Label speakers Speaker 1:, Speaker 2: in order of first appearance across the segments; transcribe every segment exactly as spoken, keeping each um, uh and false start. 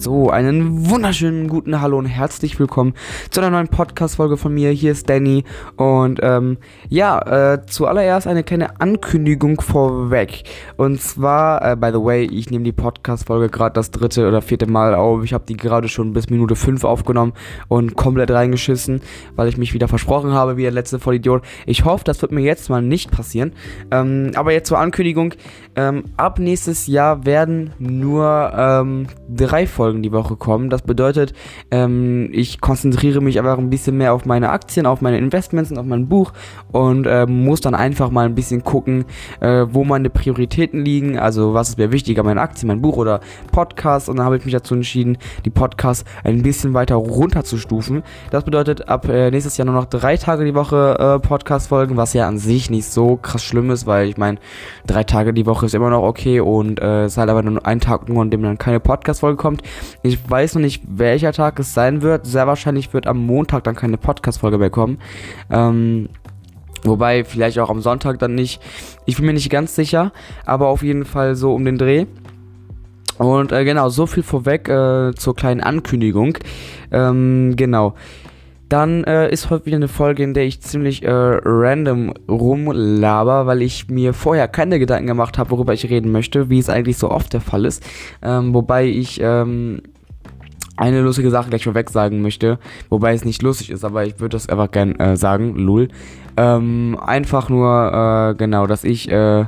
Speaker 1: So, einen wunderschönen guten Hallo und herzlich willkommen zu einer neuen Podcast-Folge von mir. Hier ist Danny und ähm, ja, äh, zuallererst eine kleine Ankündigung vorweg. Und zwar, äh, by the way, ich nehme die Podcast-Folge gerade das dritte oder vierte Mal auf. Ich habe die gerade schon bis Minute fünf aufgenommen und komplett reingeschissen, weil ich mich wieder versprochen habe, wie der letzte Vollidiot. Ich hoffe, das wird mir jetzt mal nicht passieren. Ähm, aber jetzt zur Ankündigung. Ähm, ab nächstes Jahr werden nur ähm, drei Folgen die Woche kommen. Das bedeutet, ähm, ich konzentriere mich einfach ein bisschen mehr auf meine Aktien, auf meine Investments und auf mein Buch und ähm, muss dann einfach mal ein bisschen gucken, äh, wo meine Prioritäten liegen. Also was ist mir wichtiger, meine Aktien, mein Buch oder Podcast. Und dann habe ich mich dazu entschieden, die Podcasts ein bisschen weiter runterzustufen. Das bedeutet, ab äh, nächstes Jahr nur noch drei Tage die Woche äh, Podcast-Folgen, was ja an sich nicht so krass schlimm ist, weil ich meine, drei Tage die Woche ist immer noch okay und äh, es ist halt aber nur ein Tag nur, an dem dann keine Podcast-Folge kommt. Ich weiß noch nicht, welcher Tag es sein wird. Sehr wahrscheinlich wird am Montag dann keine Podcast-Folge mehr kommen. Ähm, wobei vielleicht auch am Sonntag dann nicht. Ich bin mir nicht ganz sicher, aber auf jeden Fall so um den Dreh. Und äh, genau, so viel vorweg äh, zur kleinen Ankündigung. Ähm, genau. Dann äh, ist heute wieder eine Folge, in der ich ziemlich äh, random rumlaber, weil ich mir vorher keine Gedanken gemacht habe, worüber ich reden möchte, wie es eigentlich so oft der Fall ist. Ähm, wobei ich ähm, eine lustige Sache gleich vorweg sagen möchte, wobei es nicht lustig ist, aber ich würde das einfach gern äh, sagen, lul. Ähm, einfach nur, äh, genau, dass ich äh,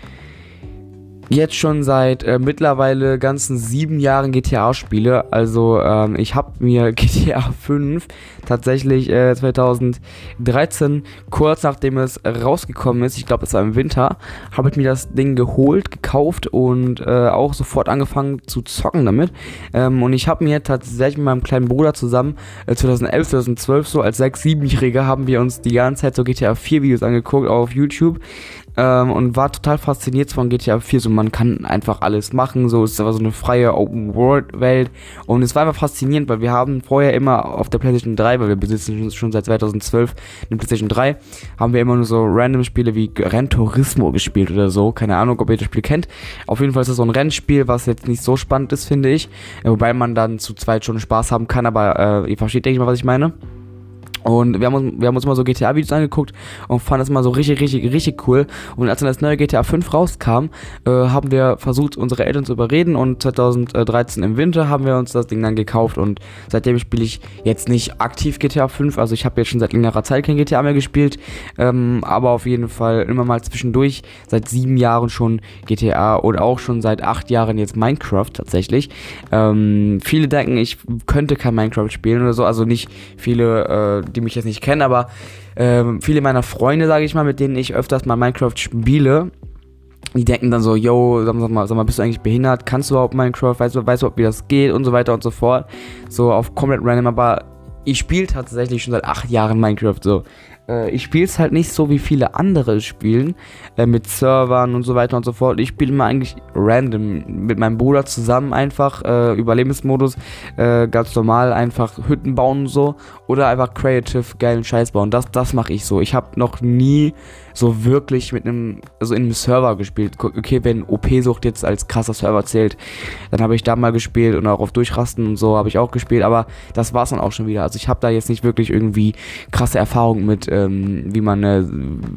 Speaker 1: jetzt schon seit äh, mittlerweile ganzen sieben Jahren G T A spiele. Also ähm, ich habe mir G T A fünf tatsächlich äh, zweitausenddreizehn, kurz nachdem es rausgekommen ist, ich glaube es war im Winter, habe ich mir das Ding geholt, gekauft und äh, auch sofort angefangen zu zocken damit. Ähm, und ich habe mir tatsächlich mit meinem kleinen Bruder zusammen äh, zweitausendelf, zweitausendzwölf so als sechs-, siebenjähriger haben wir uns die ganze Zeit so G T A vier Videos angeguckt auf YouTube. Ähm, und war total fasziniert von G T A vier, so man kann einfach alles machen, so es ist aber so eine freie Open-World-Welt und es war einfach faszinierend, weil wir haben vorher immer auf der PlayStation drei, weil wir besitzen schon seit zweitausendzwölf eine PlayStation drei, haben wir immer nur so random Spiele wie Gran Turismo gespielt oder so, keine Ahnung, ob ihr das Spiel kennt. Auf jeden Fall ist das so ein Rennspiel, was jetzt nicht so spannend ist, finde ich, wobei man dann zu zweit schon Spaß haben kann, aber äh, ihr versteht, denke ich mal, was ich meine. Und wir haben, uns, wir haben uns mal so G T A-Videos angeguckt und fanden das mal so richtig, richtig, richtig cool. Und als dann das neue G T A fünf rauskam, äh, haben wir versucht, unsere Eltern zu überreden. Und zweitausenddreizehn im Winter haben wir uns das Ding dann gekauft. Und seitdem spiele ich jetzt nicht aktiv G T A fünf. Also ich habe jetzt schon seit längerer Zeit kein G T A mehr gespielt. Ähm, aber auf jeden Fall immer mal zwischendurch. Seit sieben Jahren schon G T A und auch schon seit acht Jahren jetzt Minecraft tatsächlich. Ähm, viele denken, ich könnte kein Minecraft spielen oder so. Also nicht viele, äh, die mich jetzt nicht kennen, aber ähm, viele meiner Freunde, sage ich mal, mit denen ich öfters mal Minecraft spiele, die denken dann so, yo, sag mal, sag mal, bist du eigentlich behindert? Kannst du überhaupt Minecraft? Weißt du, weißt du, wie das geht? Und so weiter und so fort. So auf komplett random, aber ich spiele tatsächlich schon seit acht Jahren Minecraft so. Äh, ich spiele es halt nicht so, wie viele andere spielen, äh, mit Servern und so weiter und so fort. Ich spiele immer eigentlich random mit meinem Bruder zusammen einfach, äh, Überlebensmodus, äh, ganz normal einfach Hütten bauen und so. Oder einfach creative, geilen Scheiß bauen. Das, das mache ich so. Ich habe noch nie so wirklich mit einem, also in einem Server gespielt. Okay, wenn O P-Sucht jetzt als krasser Server zählt, dann habe ich da mal gespielt und auch auf Durchrasten und so habe ich auch gespielt, aber das war's dann auch schon wieder. Also ich habe da jetzt nicht wirklich irgendwie krasse Erfahrungen mit, ähm, wie man eine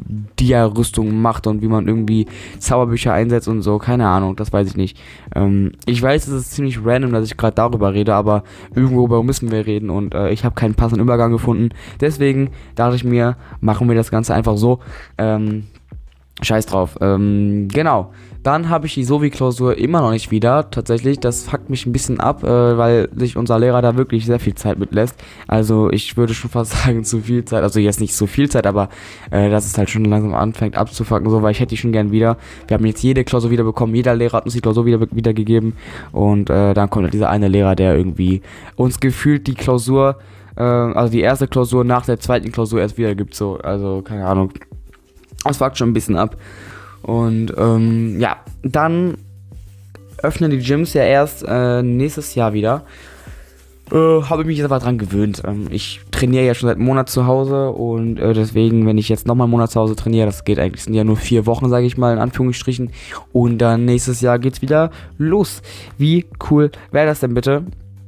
Speaker 1: Dia-Rüstung macht und wie man irgendwie Zauberbücher einsetzt und so, keine Ahnung, das weiß ich nicht. Ähm, ich weiß, es ist ziemlich random, dass ich gerade darüber rede, aber irgendwo darüber müssen wir reden und äh, ich habe keinen passenden Übergang gefunden. Deswegen dachte ich mir, machen wir das Ganze einfach so. Ähm, scheiß drauf. Ähm, genau. Dann habe ich die Sovi-Klausur immer noch nicht wieder. Tatsächlich, das fuckt mich ein bisschen ab, äh, weil sich unser Lehrer da wirklich sehr viel Zeit mitlässt. Also ich würde schon fast sagen, zu viel Zeit. Also jetzt nicht so viel Zeit, aber äh, dass es halt schon langsam anfängt abzufucken, so, weil ich hätte die schon gern wieder. Wir haben jetzt jede Klausur wieder bekommen. Jeder Lehrer hat uns die Klausur wieder wiedergegeben. Und äh, dann kommt halt dieser eine Lehrer, der irgendwie uns gefühlt die Klausur, äh, also die erste Klausur nach der zweiten Klausur erst wieder gibt. So, also keine Ahnung. Das fuckt schon ein bisschen ab. Und ähm, ja, dann öffnen die Gyms ja erst äh, nächstes Jahr wieder. Äh, habe ich mich jetzt aber dran gewöhnt. Ähm, ich trainiere ja schon seit einem Monat zu Hause und äh, deswegen, wenn ich jetzt nochmal einen Monat zu Hause trainiere, das geht eigentlich, sind ja nur vier Wochen, sage ich mal, in Anführungsstrichen. Und dann nächstes Jahr geht's wieder los. Wie cool wäre das denn bitte?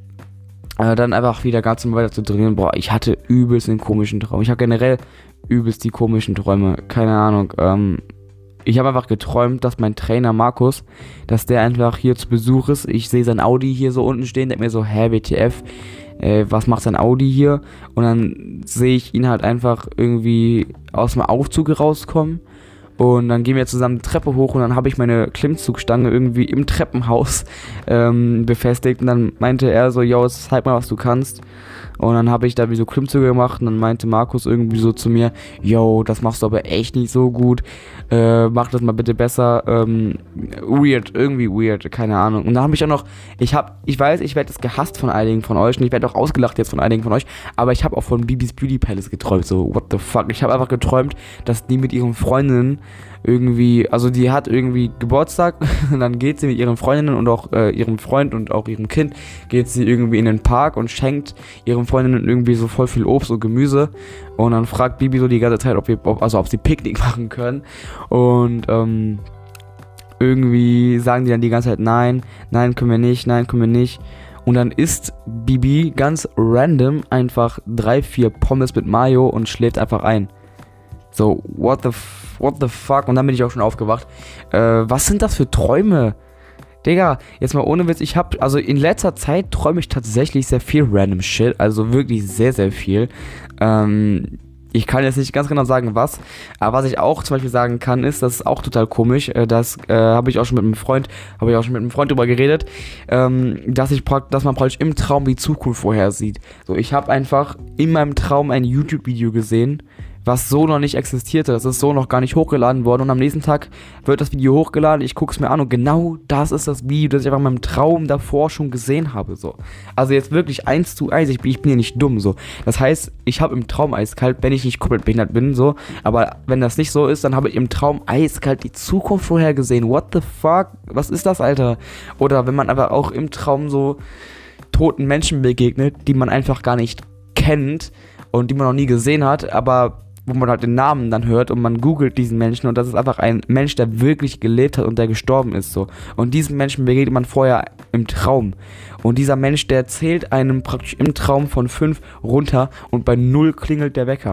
Speaker 1: äh, dann einfach wieder ganz normal weiter zu trainieren. Boah, ich hatte übelst den komischen Traum. Ich habe generell übelst die komischen Träume. Keine Ahnung. Ähm, ich habe einfach geträumt, dass mein Trainer Markus, dass der einfach hier zu Besuch ist. Ich sehe sein Audi hier so unten stehen, denke mir so, hä, W T F, äh, was macht sein Audi hier? Und dann sehe ich ihn halt einfach irgendwie aus dem Aufzug rauskommen. Und dann gehen wir zusammen die Treppe hoch und dann habe ich meine Klimmzugstange irgendwie im Treppenhaus ähm, befestigt. Und dann meinte er so, yo, zeig mal, was du kannst. Und dann habe ich da wie so Klimmzüge gemacht und dann meinte Markus irgendwie so zu mir, yo, das machst du aber echt nicht so gut. Äh, mach das mal bitte besser. Ähm, weird, irgendwie weird, keine Ahnung. Und dann habe ich auch noch, ich habe, ich weiß, ich werde das gehasst von einigen von euch und ich werde auch ausgelacht jetzt von einigen von euch, aber ich habe auch von Bibis Beauty Palace geträumt, so, what the fuck. Ich habe einfach geträumt, dass die mit ihren Freundinnen irgendwie, also die hat irgendwie Geburtstag und dann geht sie mit ihren Freundinnen und auch äh, ihrem Freund und auch ihrem Kind, geht sie irgendwie in den Park und schenkt ihren Freundinnen irgendwie so voll viel Obst und Gemüse und dann fragt Bibi so die ganze Zeit, ob wir, ob, also ob sie Picknick machen können und ähm, irgendwie sagen die dann die ganze Zeit, nein, nein, können wir nicht, nein, können wir nicht. Und dann isst Bibi ganz random einfach drei, vier Pommes mit Mayo und schläft einfach ein. So, what the, f- what the fuck? Und dann bin ich auch schon aufgewacht. Äh, was sind das für Träume? Digga, jetzt mal ohne Witz, ich hab, also in letzter Zeit träume ich tatsächlich sehr viel random Shit. Also wirklich sehr, sehr viel. Ähm, ich kann jetzt nicht ganz genau sagen, was. Aber was ich auch zum Beispiel sagen kann, ist, das ist auch total komisch. Äh, das äh, habe ich auch schon mit einem Freund, habe ich auch schon mit einem Freund drüber geredet, ähm, dass ich prakt- dass man praktisch im Traum die Zukunft vorhersieht. So, ich habe einfach in meinem Traum ein YouTube-Video gesehen, was so noch nicht existierte. Das ist so noch gar nicht hochgeladen worden und am nächsten Tag wird das Video hochgeladen, ich gucke es mir an und genau das ist das Video, das ich einfach in meinem Traum davor schon gesehen habe, so. Also jetzt wirklich eins zu eins, ich bin, ich bin ja nicht dumm, so. Das heißt, ich habe im Traum eiskalt, wenn ich nicht komplett behindert bin, so, aber wenn das nicht so ist, dann habe ich im Traum eiskalt die Zukunft vorhergesehen. What the fuck? Was ist das, Alter? Oder wenn man aber auch im Traum so toten Menschen begegnet, die man einfach gar nicht kennt und die man noch nie gesehen hat, aber wo man halt den Namen dann hört und man googelt diesen Menschen und das ist einfach ein Mensch, der wirklich gelebt hat und der gestorben ist, so. Und diesen Menschen begegnet man vorher im Traum. Und dieser Mensch, der zählt einem praktisch im Traum von fünf runter und bei null klingelt der Wecker.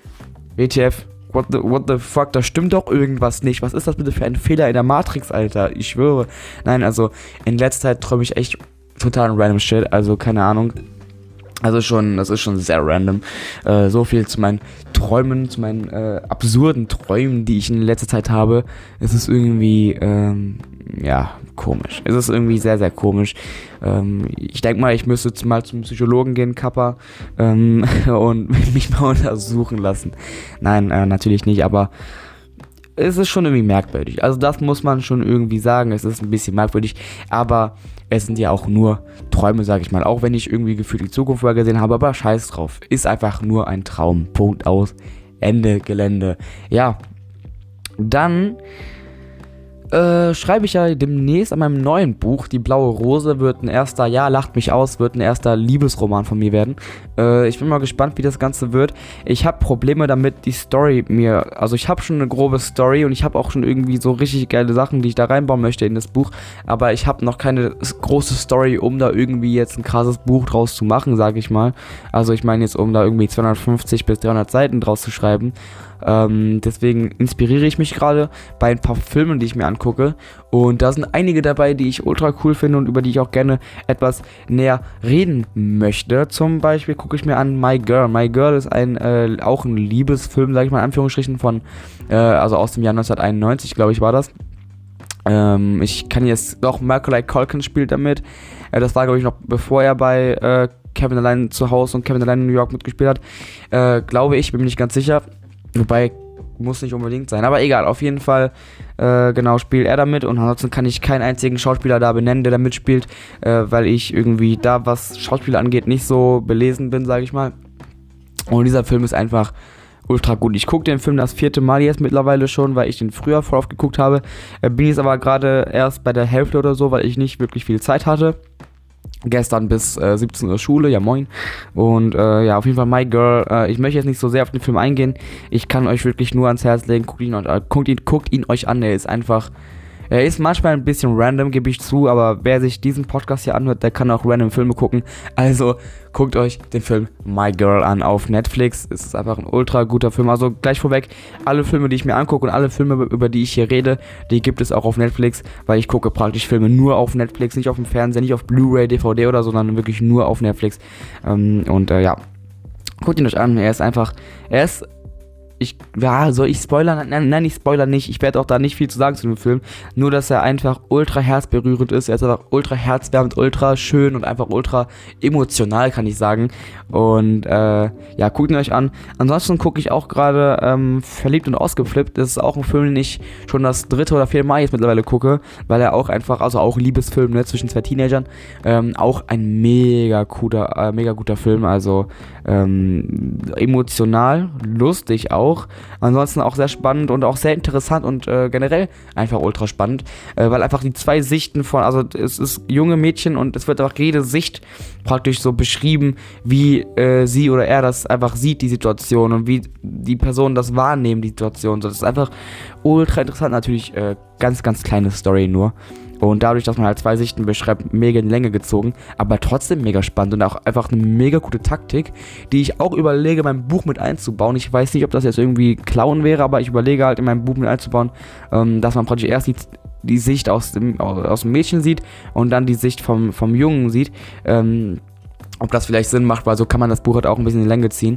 Speaker 1: W T F, what the, what the fuck, da stimmt doch irgendwas nicht. Was ist das bitte für ein Fehler in der Matrix, Alter? Ich schwöre. Nein, also in letzter Zeit träume ich echt total random Shit, also keine Ahnung. Also schon, das ist schon sehr random. Äh, so viel zu meinen Träumen, zu meinen äh, absurden Träumen, die ich in letzter Zeit habe. Es ist irgendwie, ähm, ja, komisch. Es ist irgendwie sehr, sehr komisch. Ähm, ich denke mal, ich müsste mal zum Psychologen gehen, Kappa, ähm, und mich mal untersuchen lassen. Nein, äh, natürlich nicht, aber es ist schon irgendwie merkwürdig. Also das muss man schon irgendwie sagen. Es ist ein bisschen merkwürdig, aber es sind ja auch nur Träume, sag ich mal. Auch wenn ich irgendwie gefühlt die Zukunft vorhergesehen habe, aber scheiß drauf. Ist einfach nur ein Traum. Punkt aus. Ende Gelände. Ja, dann äh, schreibe ich ja demnächst an meinem neuen Buch. Die blaue Rose wird ein erster, ja, lacht mich aus, wird ein erster Liebesroman von mir werden. Äh, ich bin mal gespannt, wie das Ganze wird. Ich habe Probleme damit, die Story mir, also ich habe schon eine grobe Story und ich habe auch schon irgendwie so richtig geile Sachen, die ich da reinbauen möchte in das Buch, aber ich habe noch keine große Story, um da irgendwie jetzt ein krasses Buch draus zu machen, sage ich mal. Also ich meine jetzt, um da irgendwie zweihundertfünfzig bis dreihundert Seiten draus zu schreiben. Ähm, deswegen inspiriere ich mich gerade bei ein paar Filmen, die ich mir angucke. Und da sind einige dabei, die ich ultra cool finde und über die ich auch gerne etwas näher reden möchte. Zum Beispiel gucke ich mir an My Girl. My Girl ist ein äh, auch ein Liebesfilm, sage ich mal in Anführungsstrichen, von, äh, also aus dem Jahr neunzehnhunderteinundneunzig, glaube ich, war das. Ähm, ich kann jetzt, doch, Macaulay Culkin spielt damit. Äh, das war, glaube ich, noch bevor er bei äh, Kevin Allein zu Hause und Kevin Allein in New York mitgespielt hat. Äh, glaube ich, bin mir nicht ganz sicher. Wobei, muss nicht unbedingt sein. Aber egal, auf jeden Fall, äh, genau, spielt er da mit. Und ansonsten kann ich keinen einzigen Schauspieler da benennen, der da mitspielt, äh, weil ich irgendwie da, was Schauspieler angeht, nicht so belesen bin, sage ich mal. Und dieser Film ist einfach ultra gut. Ich gucke den Film das vierte Mal jetzt mittlerweile schon, weil ich den früher voll oft geguckt habe. Äh, bin jetzt aber gerade erst bei der Hälfte oder so, weil ich nicht wirklich viel Zeit hatte. Gestern bis äh, siebzehn Uhr Schule, ja moin. Und äh, ja, auf jeden Fall My Girl. Äh, ich möchte jetzt nicht so sehr auf den Film eingehen. Ich kann euch wirklich nur ans Herz legen, guckt ihn, äh, guckt ihn, guckt ihn euch an. Er ist einfach, Er ist manchmal ein bisschen random, gebe ich zu, aber wer sich diesen Podcast hier anhört, der kann auch random Filme gucken. Also guckt euch den Film My Girl an auf Netflix. Es ist einfach ein ultra guter Film. Also gleich vorweg, alle Filme, die ich mir angucke und alle Filme, über die ich hier rede, die gibt es auch auf Netflix, weil ich gucke praktisch Filme nur auf Netflix, nicht auf dem Fernseher, nicht auf Blu-ray, D V D oder so, sondern wirklich nur auf Netflix. Ähm, und äh, ja, guckt ihn euch an. Er ist einfach, er ist Ich, ja, soll ich spoilern? Nein, nein, ich spoilere nicht. Ich werde auch da nicht viel zu sagen zu dem Film. Nur, dass er einfach ultra herzberührend ist. Er ist einfach ultra herzwärmend, ultra schön und einfach ultra emotional, kann ich sagen. Und, äh, ja, guckt ihn euch an. Ansonsten gucke ich auch gerade ähm, Verliebt und Ausgeflippt. Das ist auch ein Film, den ich schon das dritte oder vierte Mal jetzt mittlerweile gucke. Weil er auch einfach, also auch Liebesfilm, ne, zwischen zwei Teenagern. Ähm, auch ein mega guter, äh, mega guter Film. Also, ähm, emotional, lustig auch. Ansonsten auch sehr spannend und auch sehr interessant und äh, generell einfach ultra spannend, äh, weil einfach die zwei Sichten von, also es ist junge Mädchen und es wird einfach jede Sicht praktisch so beschrieben, wie äh, sie oder er das einfach sieht, die Situation, und wie die Personen das wahrnehmen, die Situation. Das ist einfach ultra interessant, natürlich äh, ganz, ganz kleine Story nur. Und dadurch, dass man halt zwei Sichten beschreibt, mega in die Länge gezogen, aber trotzdem mega spannend und auch einfach eine mega gute Taktik, die ich auch überlege, mein Buch mit einzubauen. Ich weiß nicht, ob das jetzt irgendwie klauen wäre, aber ich überlege halt in meinem Buch mit einzubauen, ähm, dass man praktisch erst die, die Sicht aus dem, aus dem Mädchen sieht und dann die Sicht vom, vom Jungen sieht. Ähm, ob das vielleicht Sinn macht, weil so kann man das Buch halt auch ein bisschen in die Länge ziehen.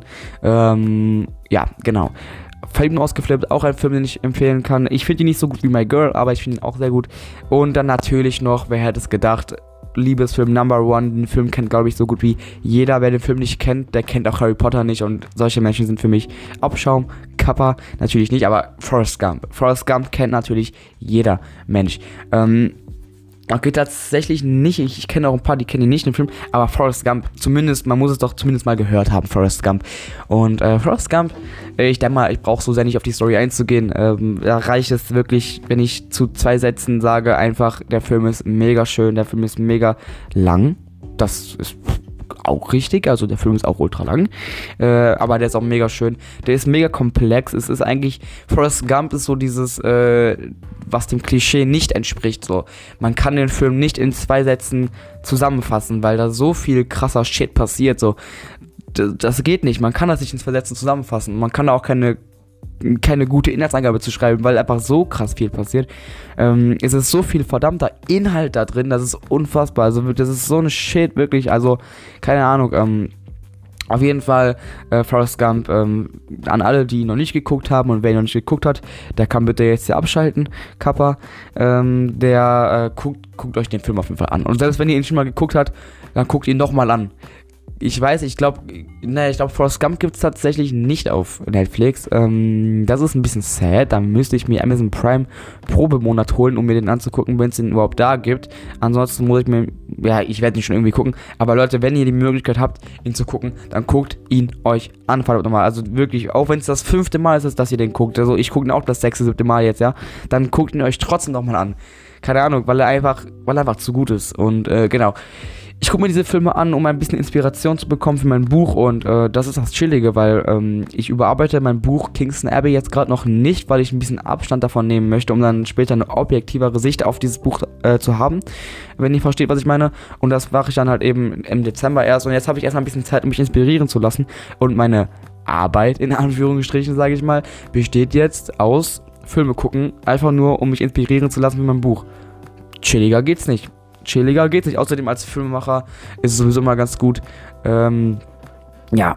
Speaker 1: Ähm, ja, genau. Verliebt und Ausgeflippt, auch ein Film, den ich empfehlen kann. Ich finde ihn nicht so gut wie My Girl, aber ich finde ihn auch sehr gut. Und dann natürlich noch, wer hätte es gedacht, Liebesfilm Number One. Den Film kennt, glaube ich, so gut wie jeder. Wer den Film nicht kennt, der kennt auch Harry Potter nicht. Und solche Menschen sind für mich Abschaum, Kappa, natürlich nicht, aber Forrest Gump. Forrest Gump kennt natürlich jeder Mensch. Ähm... Okay, tatsächlich nicht. Ich, ich kenne auch ein paar, die kennen ihn nicht, den Film. Aber Forrest Gump, zumindest, man muss es doch zumindest mal gehört haben, Forrest Gump. Und äh, Forrest Gump, äh, ich denke mal, ich brauche so sehr nicht auf die Story einzugehen. Ähm, da reicht es wirklich, wenn ich zu zwei Sätzen sage, einfach, der Film ist mega schön, der Film ist mega lang. Das ist auch richtig, also der Film ist auch ultra lang, äh, aber der ist auch mega schön, der ist mega komplex. Es ist eigentlich, Forrest Gump ist so dieses, äh, was dem Klischee nicht entspricht, so, man kann den Film nicht in zwei Sätzen zusammenfassen, weil da so viel krasser Shit passiert, so, D- das geht nicht, man kann das nicht in zwei Sätzen zusammenfassen, man kann da auch keine keine gute Inhaltsangabe zu schreiben, weil einfach so krass viel passiert. Ähm, es ist so viel verdammter Inhalt da drin, das ist unfassbar. Also das ist so eine Shit, wirklich. Also, keine Ahnung. Ähm, auf jeden Fall äh, Forrest Gump, ähm, an alle, die ihn noch nicht geguckt haben, und wer ihn noch nicht geguckt hat, der kann bitte jetzt hier abschalten, Kappa. Ähm, der äh, guckt, guckt euch den Film auf jeden Fall an. Und selbst wenn ihr ihn schon mal geguckt habt, dann guckt ihn nochmal an. Ich weiß, ich glaube, ne, ich glaube, Forrest Gump gibt es tatsächlich nicht auf Netflix. Ähm, das ist ein bisschen sad. Da müsste ich mir Amazon Prime Probemonat holen, um mir den anzugucken, wenn es den überhaupt da gibt. Ansonsten muss ich mir, ja, ich werde ihn schon irgendwie gucken. Aber Leute, wenn ihr die Möglichkeit habt, ihn zu gucken, dann guckt ihn euch an, verdammt nochmal. Also wirklich, auch wenn es das fünfte Mal ist, dass ihr den guckt. Also ich gucke ihn auch das sechste, siebte Mal jetzt, ja. Dann guckt ihn euch trotzdem nochmal an. Keine Ahnung, weil er einfach, weil er einfach zu gut ist. Und äh, genau. Ich gucke mir diese Filme an, um ein bisschen Inspiration zu bekommen für mein Buch, und äh, das ist das Chillige, weil ähm, ich überarbeite mein Buch Kingston Abbey jetzt gerade noch nicht, weil ich ein bisschen Abstand davon nehmen möchte, um dann später eine objektivere Sicht auf dieses Buch äh, zu haben, wenn ihr versteht, was ich meine. Und das mache ich dann halt eben im Dezember erst, und jetzt habe ich erstmal ein bisschen Zeit, um mich inspirieren zu lassen, und meine Arbeit, in Anführungsstrichen, sage ich mal, besteht jetzt aus Filme gucken, einfach nur, um mich inspirieren zu lassen für mein Buch. Chilliger geht's nicht. Chilliger geht's nicht. Außerdem als Filmemacher ist es sowieso mal ganz gut, ähm, ja,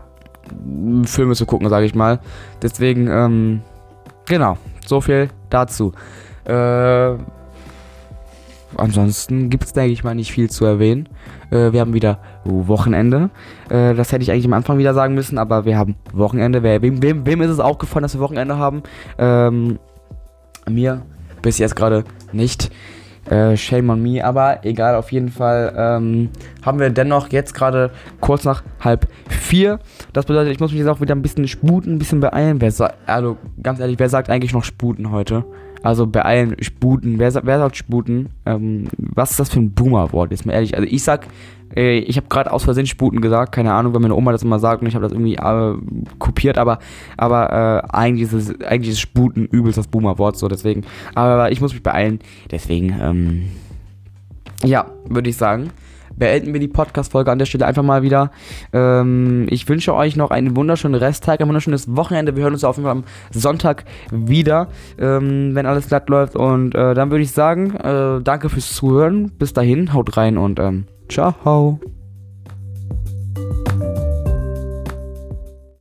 Speaker 1: Filme zu gucken, sage ich mal. Deswegen, ähm, genau, so viel dazu. Äh, ansonsten gibt's, denke ich mal, nicht viel zu erwähnen. Äh, wir haben wieder Wochenende. Äh, das hätte ich eigentlich am Anfang wieder sagen müssen, aber wir haben Wochenende. Wer, wem, wem, wem ist es aufgefallen, dass wir Wochenende haben? Ähm, mir bis jetzt gerade nicht. Äh, shame on me, aber egal, auf jeden Fall ähm, haben wir dennoch jetzt gerade kurz nach halb vier. Das bedeutet, ich muss mich jetzt auch wieder ein bisschen sputen, ein bisschen beeilen. Wer sa- also, ganz ehrlich, wer sagt eigentlich noch sputen heute? Also beeilen, sputen. Wer, wer sagt sputen? Ähm, was ist das für ein Boomer-Wort? Ist mir ehrlich. Also ich sag, äh, ich habe gerade aus Versehen sputen gesagt. Keine Ahnung, weil meine Oma das immer sagt und ich habe das irgendwie äh, kopiert. Aber, aber äh, eigentlich, ist es, eigentlich ist sputen übelst das Boomer-Wort. So, deswegen. Aber ich muss mich beeilen. Deswegen, ähm, ja, würde ich sagen, beenden wir die Podcast-Folge an der Stelle einfach mal wieder. Ähm, ich wünsche euch noch einen wunderschönen Resttag, ein wunderschönes Wochenende. Wir hören uns auf jeden Fall am Sonntag wieder, ähm, wenn alles glatt läuft. Und äh, dann würde ich sagen, äh, danke fürs Zuhören. Bis dahin, haut rein und ähm, ciao.